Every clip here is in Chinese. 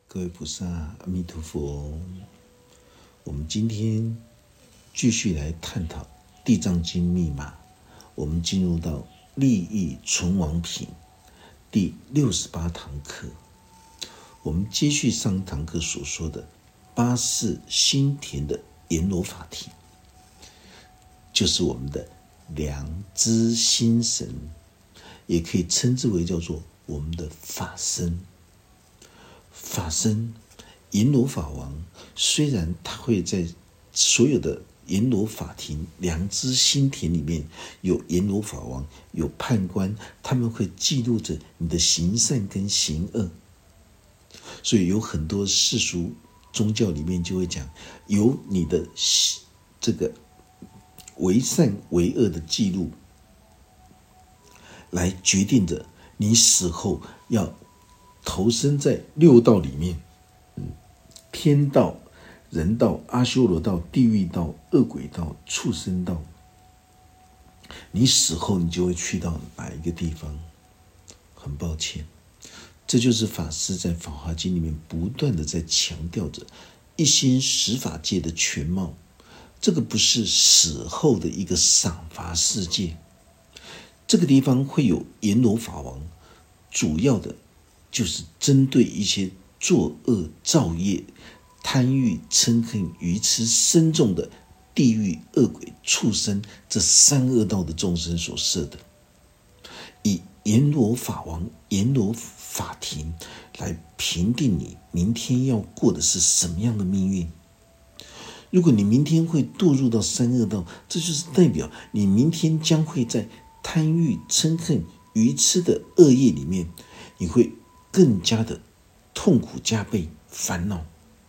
各位菩萨，阿弥陀佛。我们今天继续来探讨《地藏经》密码。我们进入到利益存亡品第68堂课。我们接续上堂课所说的八世心田的阎罗法庭，就是我们的良知心神，也可以称之为叫做我们的法身。法身阎罗法王，虽然他会在所有的阎罗法庭良知心田里面有阎罗法王，有判官，他们会记录着你的行善跟行恶。所以有很多世俗宗教里面就会讲，由你的这个为善为恶的记录来决定着你死后要投身在六道里面，天道、人道、阿修罗道、地狱道、恶鬼道、畜生道。你死后你就会去到哪一个地方？很抱歉，这就是法师在《法华经》里面不断的在强调着一心十法界的全貌。这个不是死后的一个赏罚世界，这个地方会有阎罗法王，主要的就是针对一些作恶造业、贪欲嗔恨愚痴深重的地狱恶鬼畜生这三恶道的众生所设的，以阎罗法王、阎罗法庭来评定你明天要过的是什么样的命运。如果你明天会堕入到三恶道，这就是代表你明天将会在贪欲嗔恨愚痴的恶业里面，你会更加的痛苦加倍，烦恼。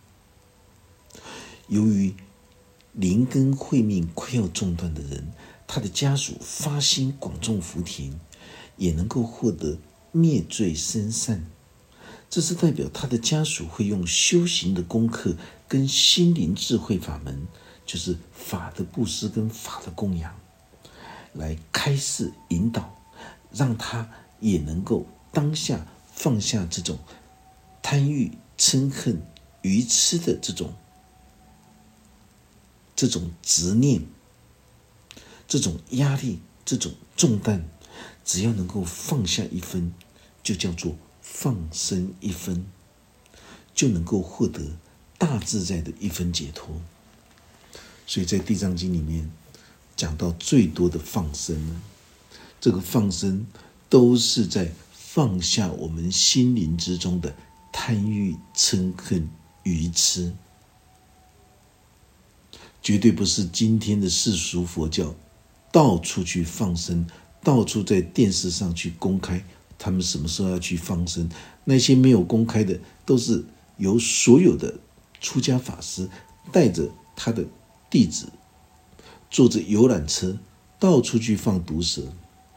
由于灵根慧命快要中断的人，他的家属发心广种福田，也能够获得灭罪生善。这是代表他的家属会用修行的功课跟心灵智慧法门，就是法的布施跟法的供养，来开示引导，让他也能够当下放下这种贪欲嗔恨愚痴的这种执念，这种压力，这种重担，只要能够放下一分，就叫做放生一分，就能够获得大自在的一分解脱。所以在《地藏经》里面讲到最多的放生，这个放生都是在放下我们心灵之中的贪欲嗔恨愚痴，绝对不是今天的世俗佛教到处去放生，到处在电视上去公开他们什么时候要去放生。那些没有公开的，都是由所有的出家法师带着他的弟子，坐着游览车到处去放毒蛇，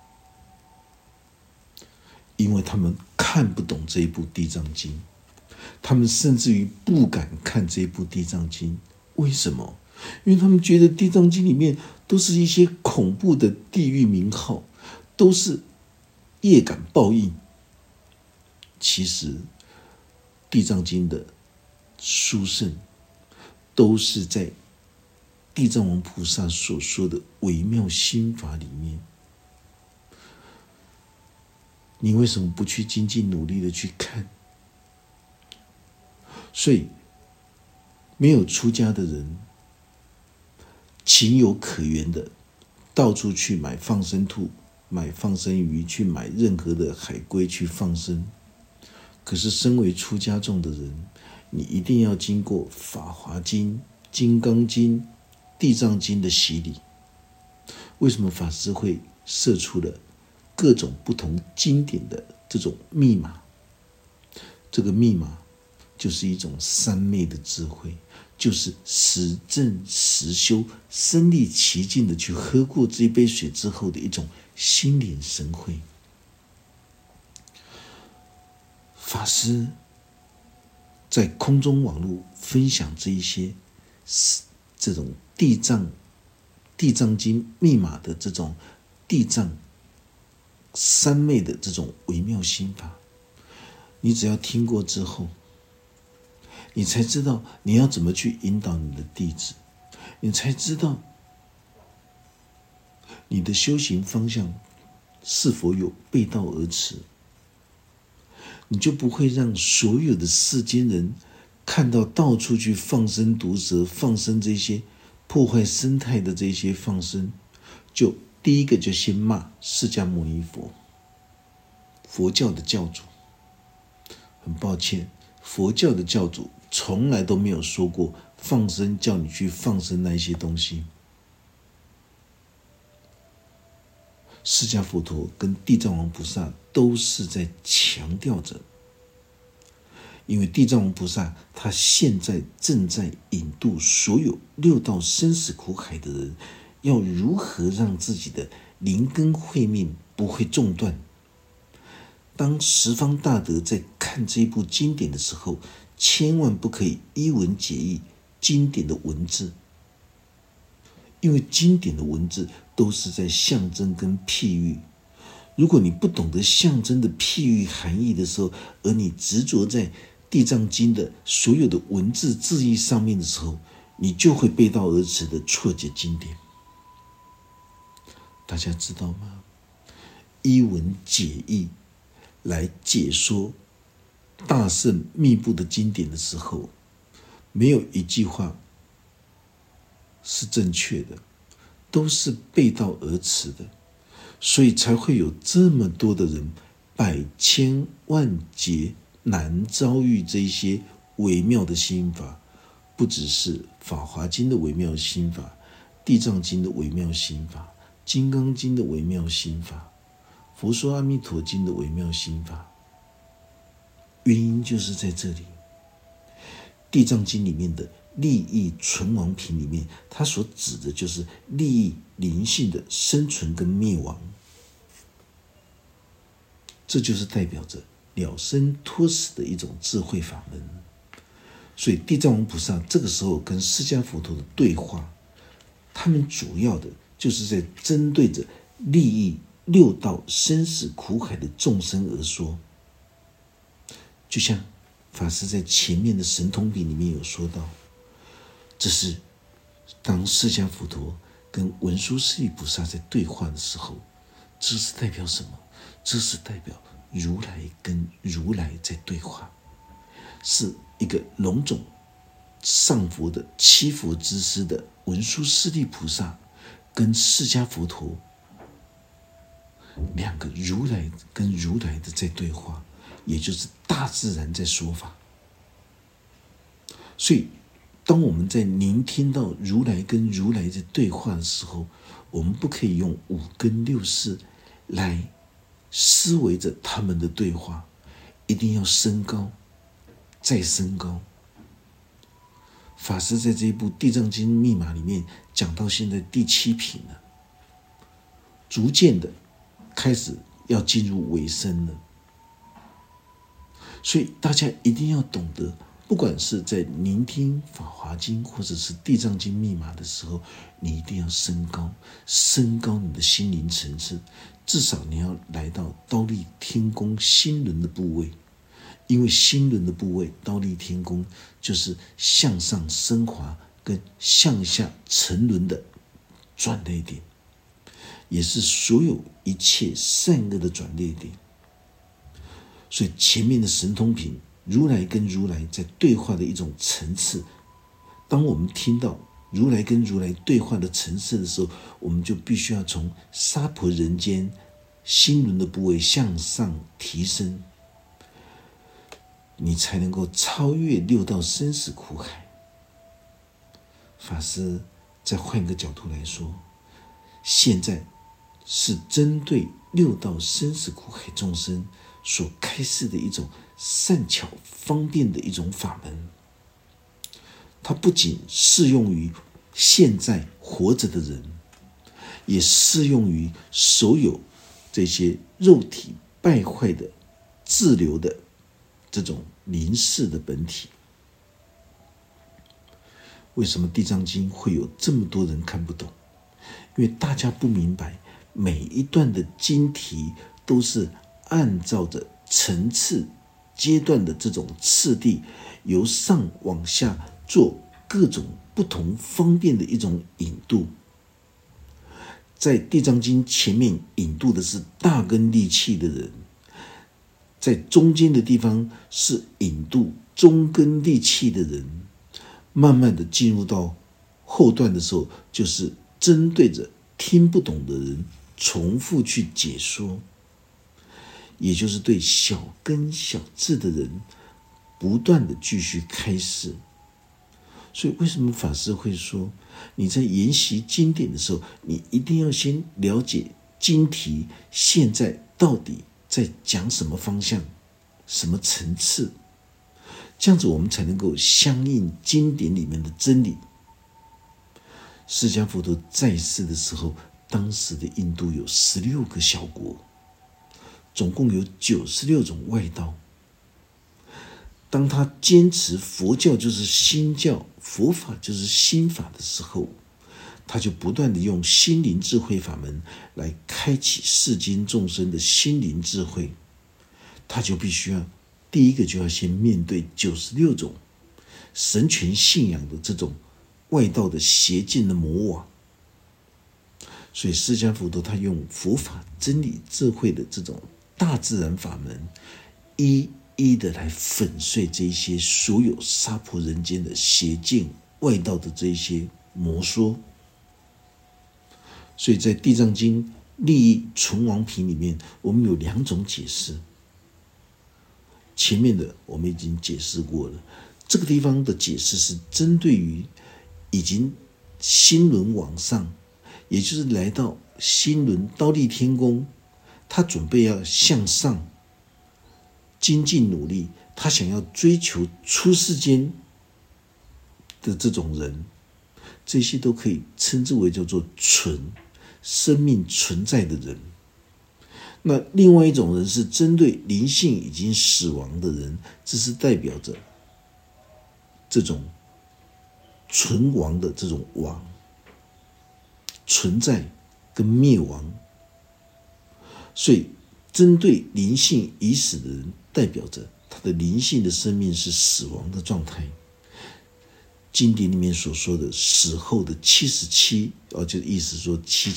因为他们看不懂这一部《地藏经》，他们甚至于不敢看这一部《地藏经》。为什么？因为他们觉得《地藏经》里面都是一些恐怖的地狱名号，都是业感报应。其实地藏经的殊胜都是在地藏王菩萨所说的微妙心法里面。你为什么不去精进努力的去看？所以没有出家的人情有可原的到处去买放生兔，买放生鱼，去买任何的海龟去放生。可是身为出家众的人，你一定要经过《法华经》、《金刚经》、《地藏经》的洗礼。为什么法师会设出了各种不同经典的这种密码？这个密码就是一种三昧的智慧，就是实证实修，身历其境的去喝过这一杯水之后的一种心领神会。法师在空中网络分享这一些这种地藏经密码的这种地藏三昧的这种微妙心法，你只要听过之后， 你才知道你要怎么去引导你的弟子，你才知道你的修行方向是否有背道而驰，你就不会让所有的世间人看到到处去放生毒蛇，放生这些破坏生态的这些放生，就第一个就先骂释迦牟尼佛，佛教的教主。很抱歉，佛教的教主从来都没有说过放生，叫你去放生那些东西。释迦佛陀跟地藏王菩萨都是在强调着，因为地藏王菩萨他现在正在引渡所有六道生死苦海的人，要如何让自己的灵根慧命不会中断。当十方大德在看这部经典的时候，千万不可以一文解义经典的文字，因为经典的文字都是在象征跟譬喻。如果你不懂得象征的譬喻含义的时候，而你执着在地藏经的所有的文字字义上面的时候，你就会背道而驰的错解经典。大家知道吗？一文解义来解说大圣密布的经典的时候，没有一句话是正确的，都是背道而驰的，所以才会有这么多的人百千万劫难遭遇这些微妙的心法，不只是法华经的微妙心法，地藏经的微妙心法，金刚经的微妙心法，佛说阿弥陀经的微妙心法。原因就是在这里，地藏经里面的利益存亡品里面，它所指的就是利益灵性的生存跟灭亡，这就是代表着了生脱死的一种智慧法门。所以地藏王菩萨这个时候跟释迦佛陀的对话，他们主要的就是在针对着利益六道生死苦海的众生而说。就像法师在前面的神通品里面有说到，这是当释迦佛陀跟文殊师利菩萨在对话的时候，这是代表什么？这是代表如来跟如来在对话，是一个龙种上佛的七佛之师的文殊师利菩萨跟释迦佛陀两个如来跟如来的在对话，也就是大自然在说法。所以当我们在聆听到如来跟如来在对话的时候，我们不可以用五根六识来思维着他们的对话，一定要升高再升高。法师在这一部《地藏经密码》里面讲到现在第7品了，逐渐的开始要进入尾声了。所以大家一定要懂得，不管是在聆听《法华经》或者是《地藏经密码》的时候，你一定要升高你的心灵层次，至少你要来到忉利天宫心轮的部位，因为心轮的部位忉利天宫就是向上升华跟向下沉沦的转捩点，也是所有一切善恶的转捩点。所以前面的神通品，如来跟如来在对话的一种层次，当我们听到如来跟如来对话的层次的时候，我们就必须要从娑婆人间心轮的部位向上提升，你才能够超越六道生死苦海。法师再换个角度来说，现在是针对六道生死苦海众生所开示的一种善巧方便的一种法门，它不仅适用于现在活着的人，也适用于所有这些肉体败坏的滞留的这种灵视的本体。为什么地藏经会有这么多人看不懂？因为大家不明白，每一段的经题都是按照着层次阶段的这种次第，由上往下做各种不同方便的一种引渡。在地藏经前面引渡的是大根利气的人，在中间的地方是引渡中根利气的人，慢慢的进入到后段的时候，就是针对着听不懂的人重复去解说，也就是对小根小智的人不断的继续开示。所以为什么法师会说，你在研习经典的时候，你一定要先了解经题现在到底在讲什么方向，什么层次，这样子我们才能够相应经典里面的真理。释迦佛陀在世的时候，当时的印度有16个小国，总共有96种外道。当他坚持佛教就是心教，佛法就是心法的时候，他就不断的用心灵智慧法门来开启世间众生的心灵智慧。他就必须要第一个就要先面对96种神权信仰的这种外道的邪见的魔网。所以释迦佛陀他用佛法真理智慧的这种大自然法门，一一的来粉碎这些所有娑婆人间的邪见外道的这些魔说。所以在地藏经利益存亡品里面，我们有2种解释。前面的我们已经解释过了，这个地方的解释是针对于已经心轮往上，也就是来到心轮忉利天宫，他准备要向上精进努力，他想要追求出世间的这种人，这些都可以称之为叫做生命存在的人。那另外一种人是针对灵性已经死亡的人，这是代表着这种存亡的这种亡，存在跟灭亡。所以针对灵性已死的人，代表着他的灵性的生命是死亡的状态。经典里面所说的死后的77，就意思说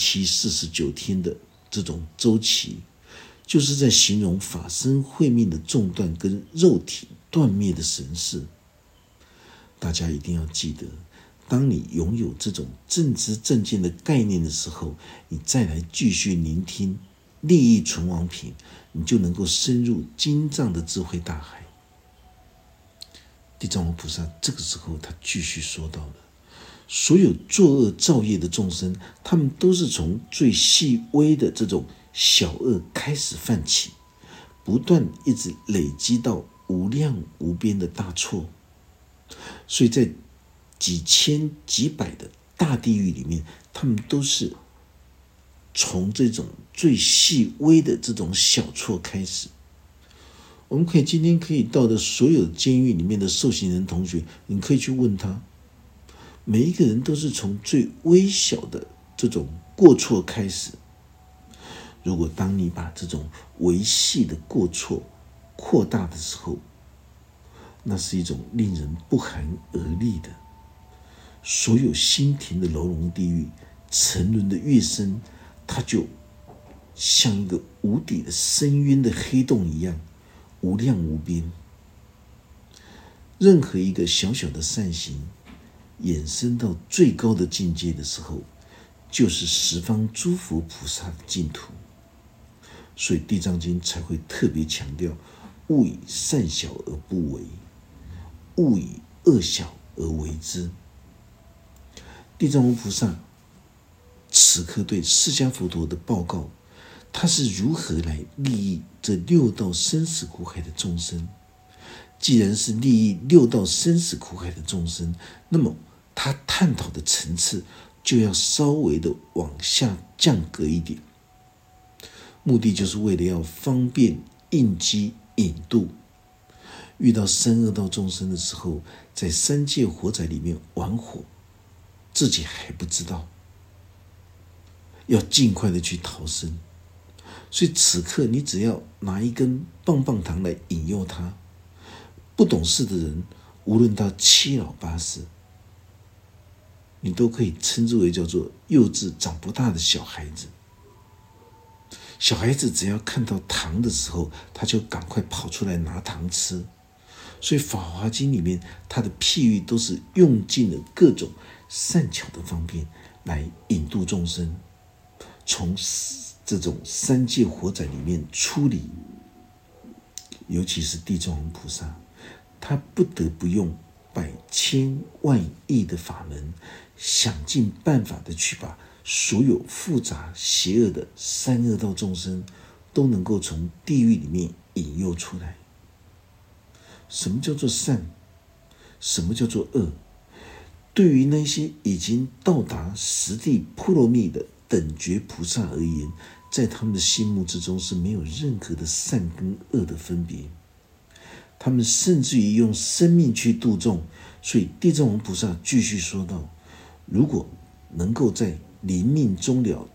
7749天的这种周期，就是在形容法身慧命的中断跟肉体断灭的神事。大家一定要记得，当你拥有这种正知正见的概念的时候，你再来继续聆听利益存亡品，你就能够深入经藏的智慧大海。地藏王菩萨这个时候他继续说到了，所有作恶造业的众生，他们都是从最细微的这种小恶开始犯起，不断一直累积到无量无边的大错。所以在几千几百的大地狱里面，他们都是从这种最细微的这种小错开始。我们今天可以到的所有监狱里面的受刑人同学，你可以去问他，每一个人都是从最微小的这种过错开始。如果当你把这种微细的过错扩大的时候，那是一种令人不寒而栗的。所有心田的牢笼地狱，沉沦的越深，它就像一个无底的深渊的黑洞一样，无量无边。任何一个小小的善行衍生到最高的境界的时候，就是十方诸佛菩萨的净土。所以地藏经才会特别强调，勿以善小而不为，勿以恶小而为之。地藏王菩萨此刻对释迦佛陀的报告，他是如何来利益这6道生死苦海的众生。既然是利益6道生死苦海的众生，那么他探讨的层次就要稍微的往下降格一点，目的就是为了要方便应机引渡。遇到3恶道众生的时候，在3界火宅里面玩火，自己还不知道，要尽快的去逃生。所以此刻你只要拿一根棒棒糖来引诱他， 不懂事的人，无论到七老八十，你都可以称之为叫做幼稚长不大的小孩子。小孩子只要看到糖的时候，他就赶快跑出来拿糖吃。所以《法华经》里面，他的譬喻都是用尽了各种善巧的方便来引渡众生，从这种三界火宅里面出离。尤其是地藏王菩萨，他不得不用百千万亿的法门，想尽办法的去把所有复杂邪恶的三恶道众生都能够从地狱里面引诱出来。什么叫做善？什么叫做恶？对于那些已经到达实地波罗蜜的等觉菩萨而言，在他们的心目之中是没有任何的善跟恶的分别。他们甚至于用生命去度众。所以地藏王菩萨继续说道，如果能够在临命终了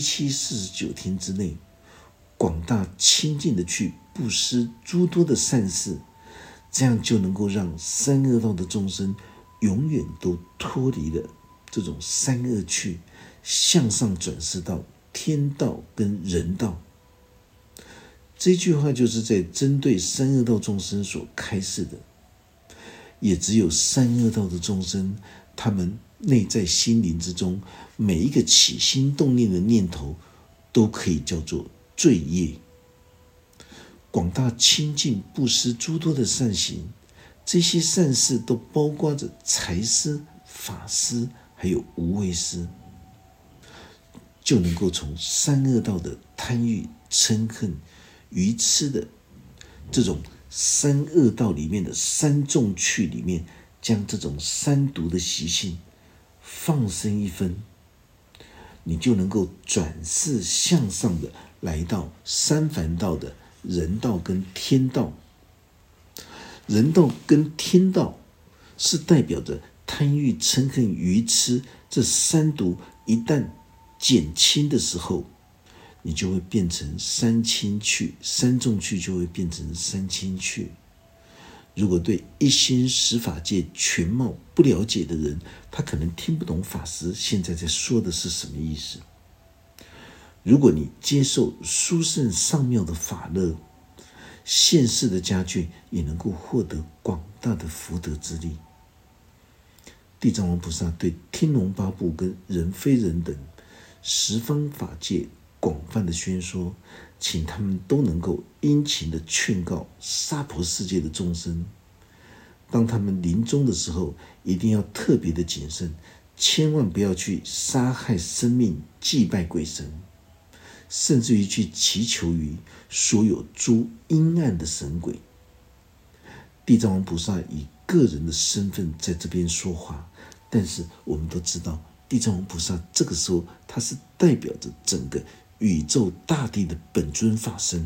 749天之内，广大清净的去布施诸多的善事，这样就能够让三恶道的众生永远都脱离了这种三恶趣，向上转世到天道跟人道。这句话就是在针对三恶道众生所开示的。也只有三恶道的众生，他们内在心灵之中每一个起心动念的念头都可以叫做罪业。广大清净布施诸多的善行，这些善事都包括着财施、法施还有无畏施，就能够从三恶道的贪欲、嗔恨、愚痴的这种三恶道里面的三众趣里面，将这种三毒的习性放生一分，你就能够转世向上的来到三凡道的人道跟天道。人道跟天道是代表着贪欲、嗔恨、愚痴这三毒一旦减轻的时候，你就会变成三清趣，三众趣就会变成三清趣。如果对一心十法界全貌不了解的人，他可能听不懂法师现在在说的是什么意思。如果你接受殊胜上妙的法乐，现世的家眷也能够获得广大的福德之力。地藏王菩萨对天龙八部跟人非人等十方法界广泛的宣说，请他们都能够殷勤的劝告娑婆世界的众生，当他们临终的时候，一定要特别的谨慎，千万不要去杀害生命、祭拜鬼神，甚至于去祈求于所有诸阴暗的神鬼。地藏王菩萨以个人的身份在这边说话，但是我们都知道，地藏王菩萨这个时候他是代表着整个宇宙大地的本尊法身，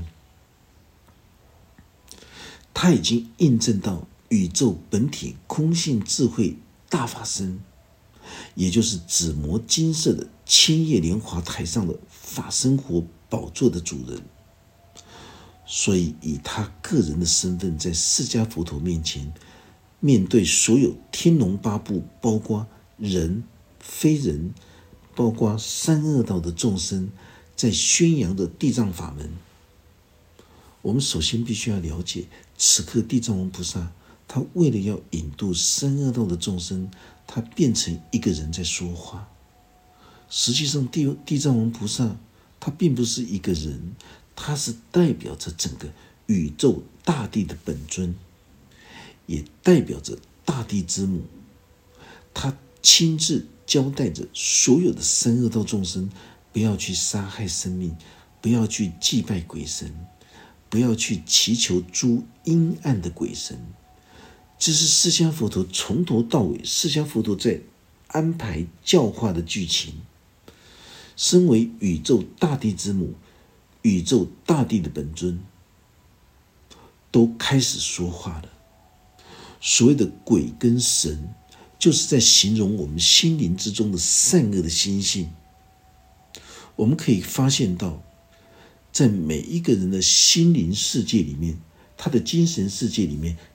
他已经印证到宇宙本体空性智慧大法身，也就是紫磨金色的千叶莲华台上的法身活宝座的主人。所以以他个人的身份，在释迦佛陀面前，面对所有天龙八部，包括人非人，包括三恶道的众生，在宣扬的地藏法门。我们首先必须要了解，此刻地藏王菩萨他为了要引渡三恶道的众生，他变成一个人在说话。实际上地藏王菩萨他并不是一个人，他是代表着整个宇宙大地的本尊，也代表着大地之母。他亲自交代着所有的三恶道众生，不要去杀害生命，不要去祭拜鬼神，不要去祈求诸阴暗的鬼神。这是释迦佛陀从头到尾，释迦佛陀在安排教化的剧情。身为宇宙大地之母，宇宙大地的本尊，都开始说话了。所谓的鬼跟神，就是在形容我们心灵之中的善恶的心性。我们可以发现到，在每一个人的心灵世界里面，他的精神世界里面，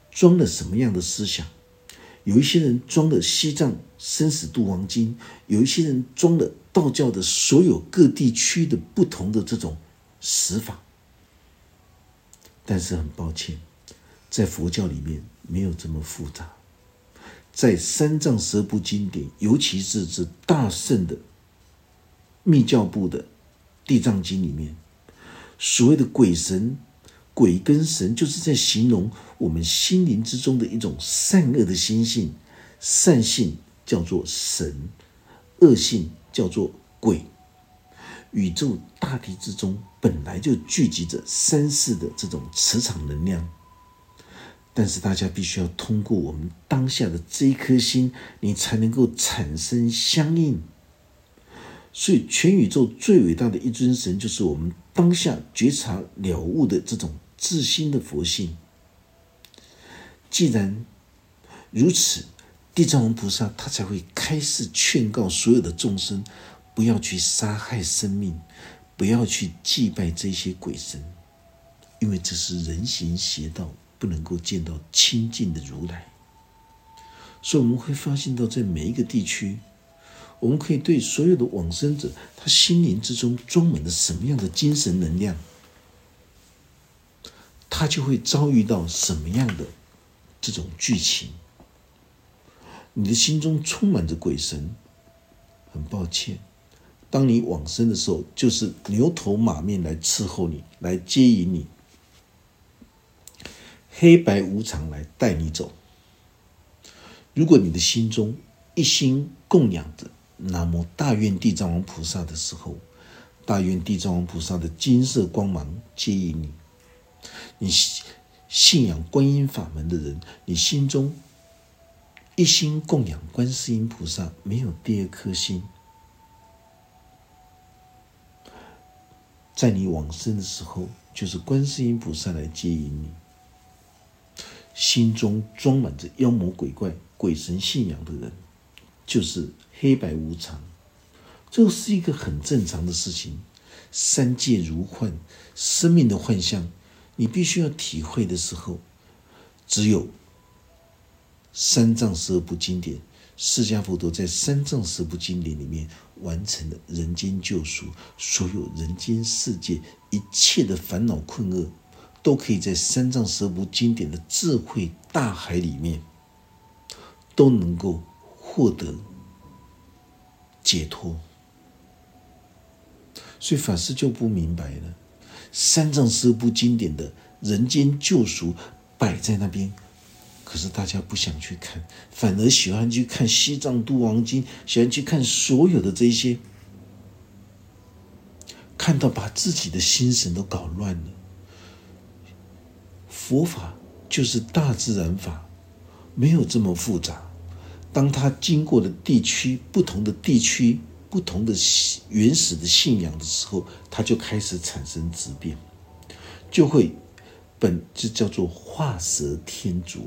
装了什么样的思想。有一些人装了西藏生死度亡经，有一些人装了道教的所有各地区的不同的这种死法。但是很抱歉，在佛教里面没有这么复杂。在三藏十二部经典，尤其是这大圣的密教部的地藏经里面，所谓的鬼神、鬼跟神，就是在形容我们心灵之中的一种善恶的心性。善性叫做神，恶性叫做鬼。宇宙大地之中本来就聚集着三世的这种磁场能量，但是大家必须要通过我们当下的这一颗心，你才能够产生相应。所以全宇宙最伟大的一尊神，就是我们当下觉察了悟的这种自心的佛性。既然如此，地藏王菩萨他才会开始劝告所有的众生，不要去杀害生命，不要去祭拜这些鬼神，因为这是人行邪道，不能够见到清净的如来。所以我们会发现到，在每一个地区，我们可以对所有的往生者，他心灵之中装满了什么样的精神能量，他就会遭遇到什么样的这种剧情。你的心中充满着鬼神，很抱歉，当你往生的时候，就是牛头马面来伺候你，来接引你，黑白无常来带你走。如果你的心中一心供养着南无大愿地藏王菩萨的时候，大愿地藏王菩萨的金色光芒接引你。你信仰观音法门的人，你心中一心供养观世音菩萨，没有第二颗心。在你往生的时候，就是观世音菩萨来接引你。心中装满着妖魔鬼怪、鬼神信仰的人，就是黑白无常。这是一个很正常的事情。三界如幻，生命的幻象，你必须要体会的时候，只有三藏十二部经典，释迦佛陀在三藏十二部经典里面完成了人间救赎，所有人间世界一切的烦恼困厄，都可以在三藏十二部经典的智慧大海里面，都能够获得解脱。所以法师就不明白了，三藏十二部经典的人间救赎摆在那边，可是大家不想去看，反而喜欢去看西藏度亡经，喜欢去看所有的这些，看到把自己的心神都搞乱了。佛法就是大自然法，没有这么复杂。当它经过了地区不同的地区不同的原始的信仰的时候，它就开始产生质变，就会就叫做画蛇添足。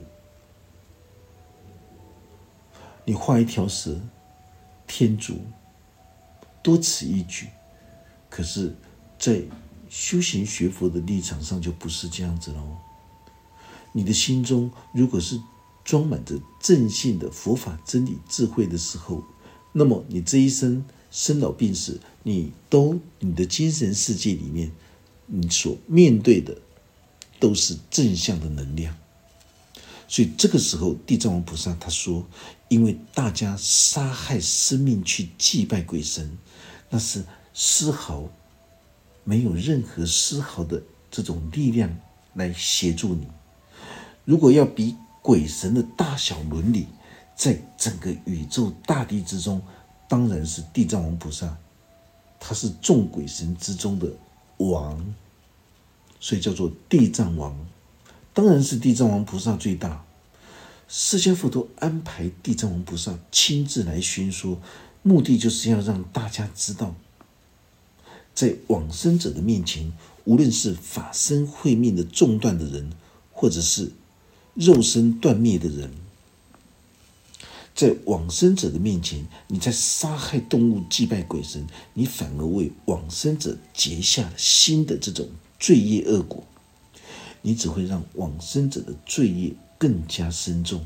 你画一条蛇添足，多此一举。可是在修行学佛的立场上就不是这样子咯。你的心中如果是装满着正信的佛法真理智慧的时候，那么你这一生生老病死，你的精神世界里面，你所面对的都是正向的能量。所以这个时候地藏王菩萨他说，因为大家杀害生命去祭拜鬼神，那是丝毫没有任何丝毫的这种力量来协助你。如果要比鬼神的大小伦理，在整个宇宙大地之中，当然是地藏王菩萨，他是众鬼神之中的王，所以叫做地藏王。当然是地藏王菩萨最大。释迦佛陀安排地藏王菩萨亲自来宣说，目的就是要让大家知道，在往生者的面前，无论是法身慧命的中断的人，或者是肉身断灭的人，在往生者的面前，你在杀害动物祭拜鬼神，你反而为往生者结下了新的这种罪业恶果，你只会让往生者的罪业更加深重。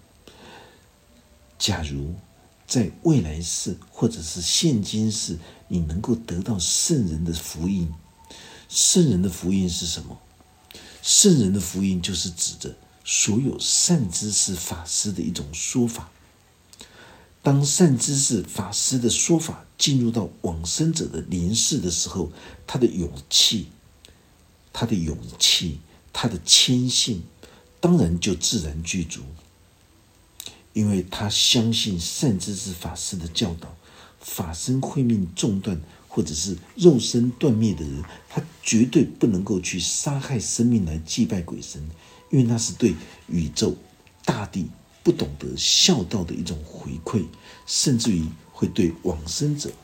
假如在未来世或者是现今世，你能够得到圣人的福音，圣人的福音是什么？圣人的福音就是指着所有善知识法师的一种说法。当善知识法师的说法进入到往生者的灵视的时候，他的勇气、他的谦信，当然就自然具足。因为他相信善知识法师的教导，法身慧命中断或者是肉身断灭的人，他绝对不能够去杀害生命来祭拜鬼神，因为那是对宇宙大地不懂得孝道的一种回馈，甚至于会对往生者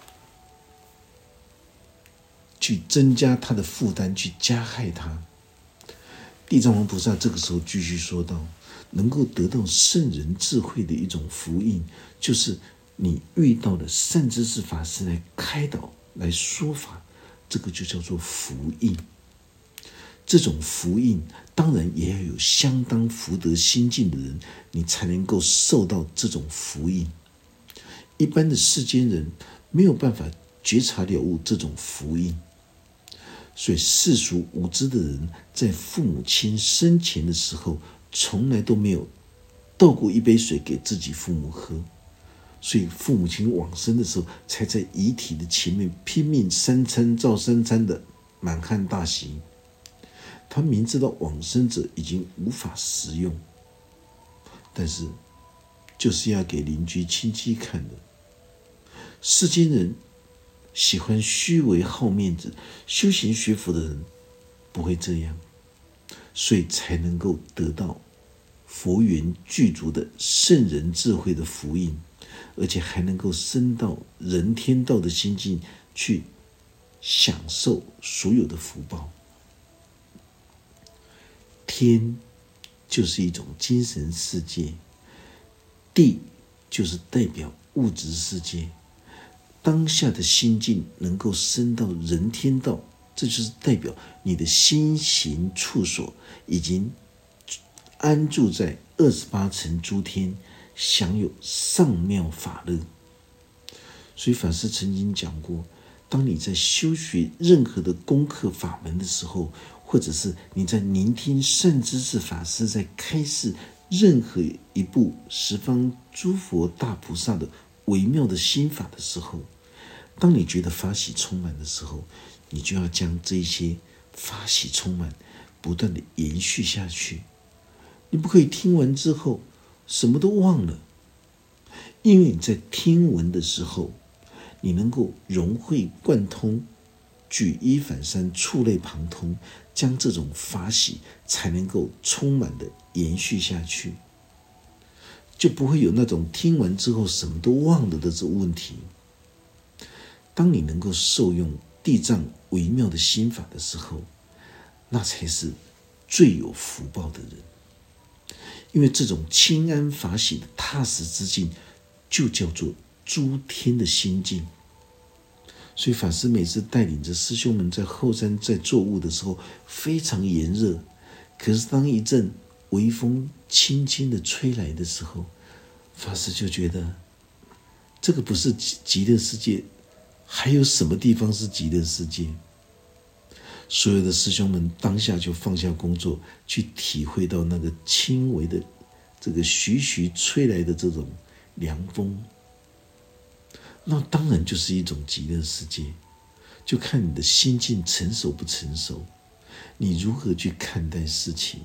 去增加他的负担，去加害他。地藏王菩萨这个时候继续说道，能够得到圣人智慧的一种福音，就是你遇到了善知识法师来开导、来说法，这个就叫做福音。这种福音当然也要有相当福德心境的人，你才能够受到这种福音。一般的世间人没有办法觉察了悟这种福音，所以世俗无知的人在父母亲生前的时候，从来都没有倒过一杯水给自己父母喝，所以父母亲往生的时候，才在遗体的前面拼命三餐照三餐的满汉大席。他明知道往生者已经无法食用，但是就是要给邻居亲戚看的。世间人喜欢虚伪好面子，修行学佛的人不会这样，所以才能够得到佛缘具足的圣人智慧的福音，而且还能够升到人天道的心境去享受所有的福报。天就是一种精神世界，地就是代表物质世界。当下的心境能够升到人天道，这就是代表你的心行处所已经安住在28层诸天，享有上妙法乐。所以法师曾经讲过，当你在修学任何的功课法门的时候，或者是你在聆听善知识法师在开示任何一部十方诸佛大菩萨的微妙的心法的时候，当你觉得法喜充满的时候，你就要将这些法喜充满不断的延续下去。你不可以听完之后什么都忘了，因为你在听闻的时候，你能够融会贯通，举一反三，触类旁通，将这种法喜才能够充满的延续下去，就不会有那种听完之后什么都忘了的这问题。当你能够受用地藏微妙的心法的时候，那才是最有福报的人。因为这种清安法喜的踏实之境，就叫做诸天的心境。所以法师每次带领着师兄们在后山在作悟的时候，非常炎热。可是当一阵微风轻轻的吹来的时候，法师就觉得这个不是极乐世界，还有什么地方是极乐世界？所有的师兄们当下就放下工作，去体会到那个轻微的这个徐徐吹来的这种凉风，那当然就是一种极乐世界。就看你的心境成熟不成熟，你如何去看待事情。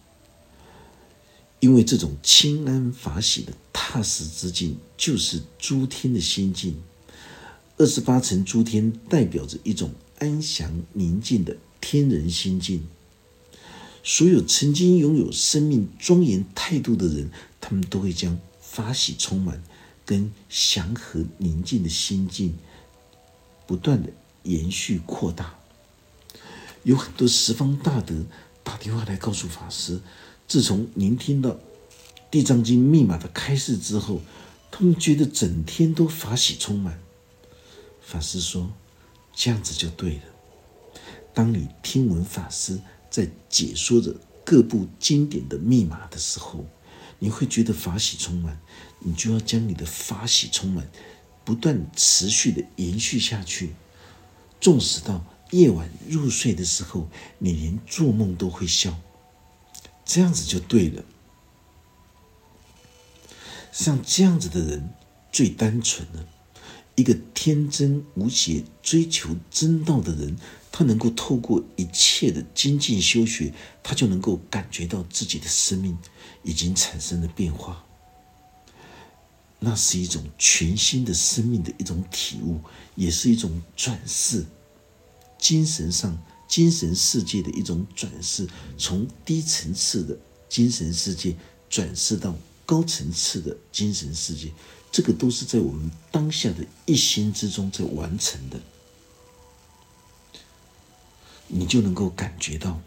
因为这种清安法喜的踏实之境，就是诸天的心境。28层诸天代表着一种安详宁静的天人心境。所有曾经拥有生命庄严态度的人，他们都会将法喜充满跟祥和宁静的心境不断的延续扩大。有很多十方大德打电话来告诉法师，自从您听到地藏经密码的开示之后，他们觉得整天都法喜充满。法师说，这样子就对了。当你听闻法师在解说着各部经典的密码的时候，你会觉得法喜充满，你就要将你的法喜充满不断持续的延续下去，纵使到夜晚入睡的时候，你连做梦都会笑，这样子就对了。像这样子的人最单纯了，一个天真无邪、追求真道的人，他能够透过一切的精进修学，他就能够感觉到自己的生命已经产生了变化。那是一种全新的生命的一种体悟，也是一种转世，精神世界的一种转世，从低层次的精神世界转世到高层次的精神世界，这个都是在我们当下的一心之中在完成的。你就能够感觉到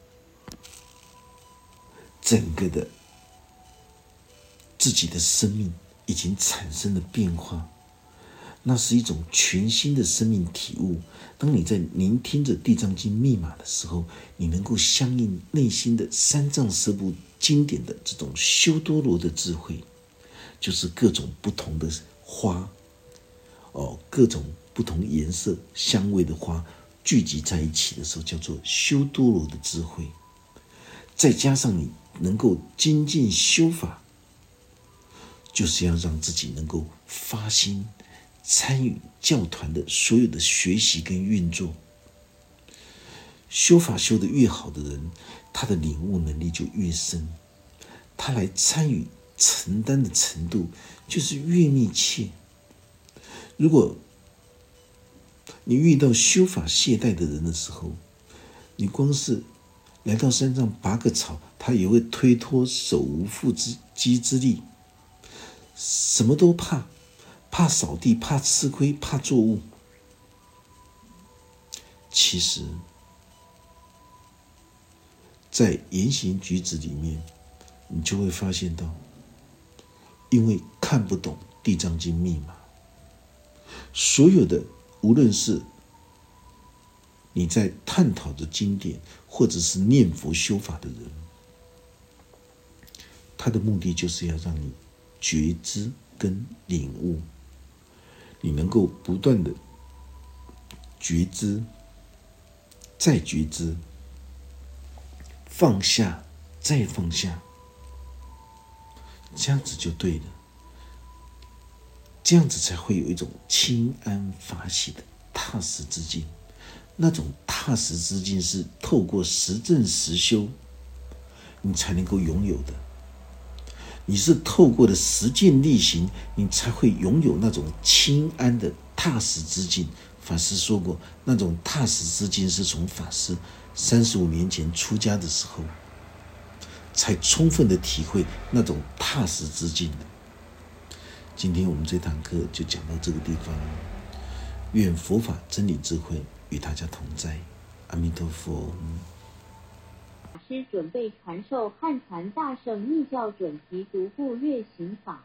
整个的自己的生命已经产生了变化，那是一种全新的生命体悟。当你在聆听着地藏经密码的时候，你能够相应内心的三藏十部经典的这种修多罗的智慧，就是各种不同的花，各种不同颜色香味的花聚集在一起的时候，叫做修多罗的智慧。再加上你能够精进修法，就是要让自己能够发心参与教团的所有的学习跟运作。修法修得越好的人，他的领悟能力就越深，他来参与承担的程度就是越密切。如果你遇到修法懈怠的人的时候，你光是来到山上拔个草，他也会推脱手无缚鸡之力，什么都怕，怕扫地，怕吃亏，怕作物。其实在言行举止里面，你就会发现到，因为看不懂地藏经密码，所有的无论是你在探讨的经典，或者是念佛修法的人，他的目的就是要让你觉知跟领悟，你能够不断的觉知，再觉知，放下，再放下，这样子就对了。这样子才会有一种清安法喜的踏实之境。那种踏实之境是透过实证实修你才能够拥有的，你是透过的实践力行，你才会拥有那种清安的踏实之境。法师说过，那种踏实之境是从法师35年前出家的时候才充分的体会那种踏实之境的。今天我们这堂课就讲到这个地方，愿佛法真理智慧与大家同在，阿弥陀佛。 法师准备传授汉传大乘密教准提独步月行法。